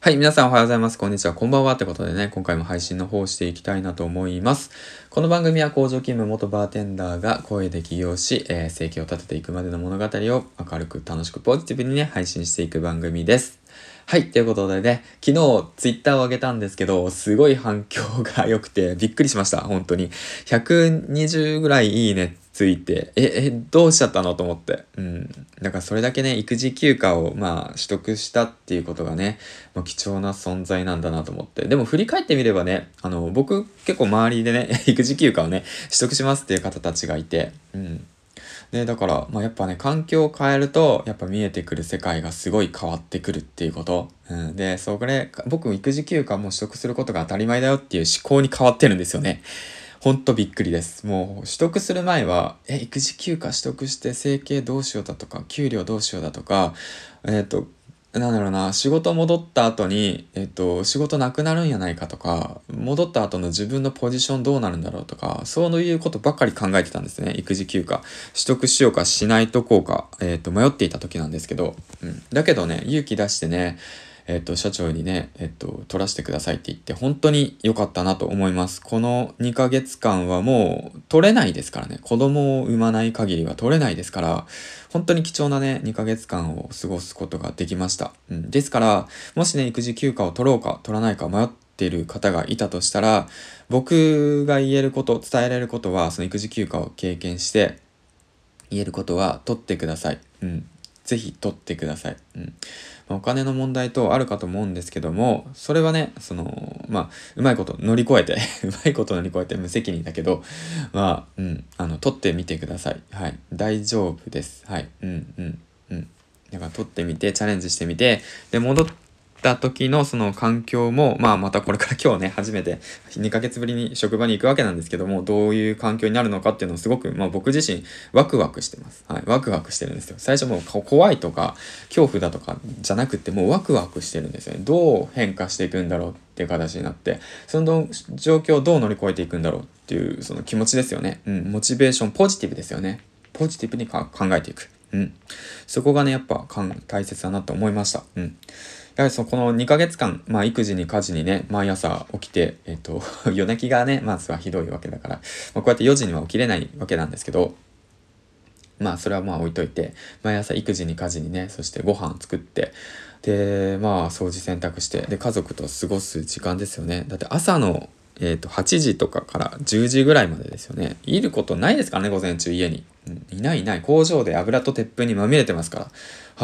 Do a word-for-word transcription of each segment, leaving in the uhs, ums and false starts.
はい、皆さんおはようございます。こんにちは。こんばんは。ってことでね、今回も配信の方をしていきたいなと思います。この番組は工場勤務元バーテンダーが声で起業し、えー、生計を立てていくまでの物語を明るく楽しくポジティブにね、配信していく番組です。はい、ということでね、昨日ツイッターを上げたんですけど、すごい反響が良くてびっくりしました。本当に。ひゃくにじゅうぐらいいいねついて、え、え、どうしちゃったのと思って。うん。だからそれだけね、育児休暇をまあ取得したっていうことがね、まあ、貴重な存在なんだなと思って。でも振り返ってみればね、あの、僕結構周りでね、育児休暇をね、取得しますっていう方たちがいて、うん。で、だから、まあ、やっぱね、環境を変えると、やっぱ見えてくる世界がすごい変わってくるっていうこと。うん、で、それ、僕、育児休暇も取得することが当たり前だよっていう思考に変わってるんですよね。ほんとびっくりです。もう取得する前は、え、育児休暇取得して生計どうしようだとか、給料どうしようだとか、えっと、なんだろうな、仕事戻った後に、えっと、仕事なくなるんやないかとか、戻った後の自分のポジションどうなるんだろうとか、そういうことばっかり考えてたんですね。育児休暇。取得しようかしないとこうか、えっと、迷っていた時なんですけど、うん。だけどね、勇気出してね、えっと、社長にね、えっと、取らせてくださいって言って、本当に良かったなと思います。このにかげつかんはもう取れないですからね。子供を産まない限りは取れないですから、本当に貴重なね、にかげつかんを過ごすことができました。うん。ですから、もしね、育児休暇を取ろうか取らないか迷っている方がいたとしたら、僕が言えること、伝えられることは、その育児休暇を経験して、言えることは取ってください。うん。ぜひ取ってください。うん。まあ、お金の問題とあるかと思うんですけども、それはね、その、まあ、うまいこと乗り越えてうまいこと乗り越えて無責任だけど、まあ、うん、あの、取ってみてください。はい。大丈夫です。はい。うん、うん、うん。だから取ってみて、チャレンジしてみて、で、戻った時のその環境も、まあ、またこれから今日ね、初めてにかげつぶりに職場に行くわけなんですけども、どういう環境になるのかっていうのをすごく、まあ僕自身ワクワクしてます。はい。ワクワクしてるんですよ。最初もう怖いとか、恐怖だとかじゃなくて、もうワクワクしてるんですよね。どう変化していくんだろうっていう形になって、その状況をどう乗り越えていくんだろうっていう、その気持ちですよね。うん。モチベーション、ポジティブですよね。ポジティブに考えていく。うん。そこがね、やっぱ大切だなと思いました。うん。やはりそのこのにかげつかん、まあ育児に家事にね、毎朝起きて、えっと、夜泣きがね、まずはひどいわけだから、まあ、こうやってよじには起きれないわけなんですけど、まあそれはまあ置いといて、毎朝育児に家事にね、そしてご飯作って、で、まあ掃除洗濯して、で、家族と過ごす時間ですよね。だって朝の、えっと、はちじとかからじゅうじぐらいまでですよね。いることないですからね、午前中家に。うん、いないいない。工場で油と鉄粉にまみれてますから。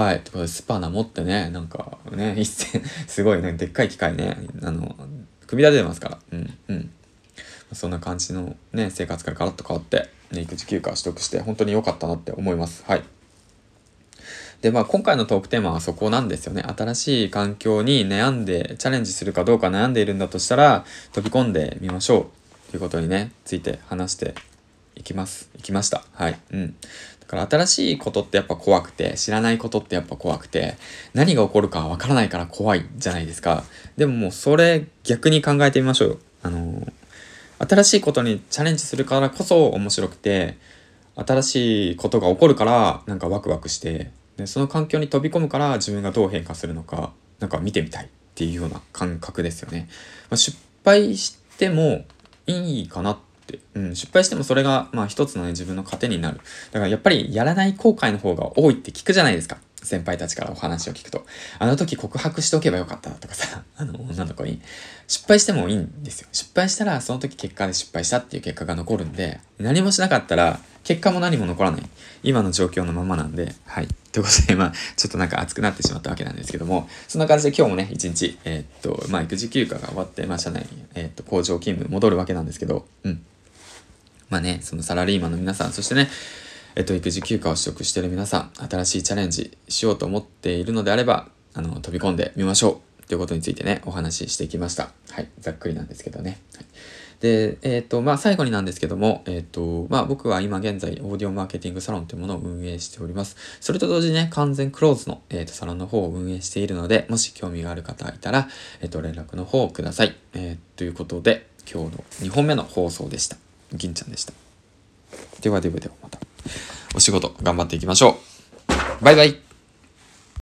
はい。ところでスパナ持ってね、なんかね、一斉、すごいね、でっかい機械ね、あの、組み立ててますから。うん、うん。そんな感じのね、生活からガラッと変わって、ね、育児休暇を取得して本当に良かったなって思います。はい。で、まあ今回のトークテーマはそこなんですよね。新しい環境に悩んで、チャレンジするかどうか悩んでいるんだとしたら、飛び込んでみましょう。ということにね、ついて話していきます。いきました。はい。うん。だから新しいことってやっぱ怖くて、知らないことってやっぱ怖くて、何が起こるかわからないから怖いじゃないですか。でももうそれ逆に考えてみましょうよ。あのー、新しいことにチャレンジするからこそ面白くて、新しいことが起こるからなんかワクワクして、でその環境に飛び込むから自分がどう変化するのかなんか見てみたいっていうような感覚ですよね。まあ、失敗してもいいかなって、うん、失敗してもそれがまあ一つのね自分の糧になる。だからやっぱりやらない後悔の方が多いって聞くじゃないですか。先輩たちからお話を聞くと、あの時告白しておけばよかったとかさ、あの女の子に失敗してもいいんですよ。失敗したらその時結果で失敗したっていう結果が残るんで、何もしなかったら結果も何も残らない。今の状況のままなんで、はい。ということで、まあ、ちょっとなんか熱くなってしまったわけなんですけども、そんな感じで今日もね、一日、えー、っと、まあ、育児休暇が終わって、まあ、社内に、えー、っと、工場勤務戻るわけなんですけど、うん。まあね、そのサラリーマンの皆さん、そしてね、えっと、育児休暇を取得している皆さん、新しいチャレンジしようと思っているのであれば、あの、飛び込んでみましょう。ということについてね、お話ししてきました。はい。ざっくりなんですけどね。はい、で、えっ、ー、と、まあ、最後になんですけども、えっ、ー、と、まあ、僕は今現在、オーディオマーケティングサロンというものを運営しております。それと同時にね、完全クローズの、えっ、ー、と、サロンの方を運営しているので、もし興味がある方いたら、えっ、と、連絡の方をください。えー、ということで、今日のにほんめの放送でした。銀ちゃんでした。ではではではまた。お仕事頑張っていきましょう。バイバイ。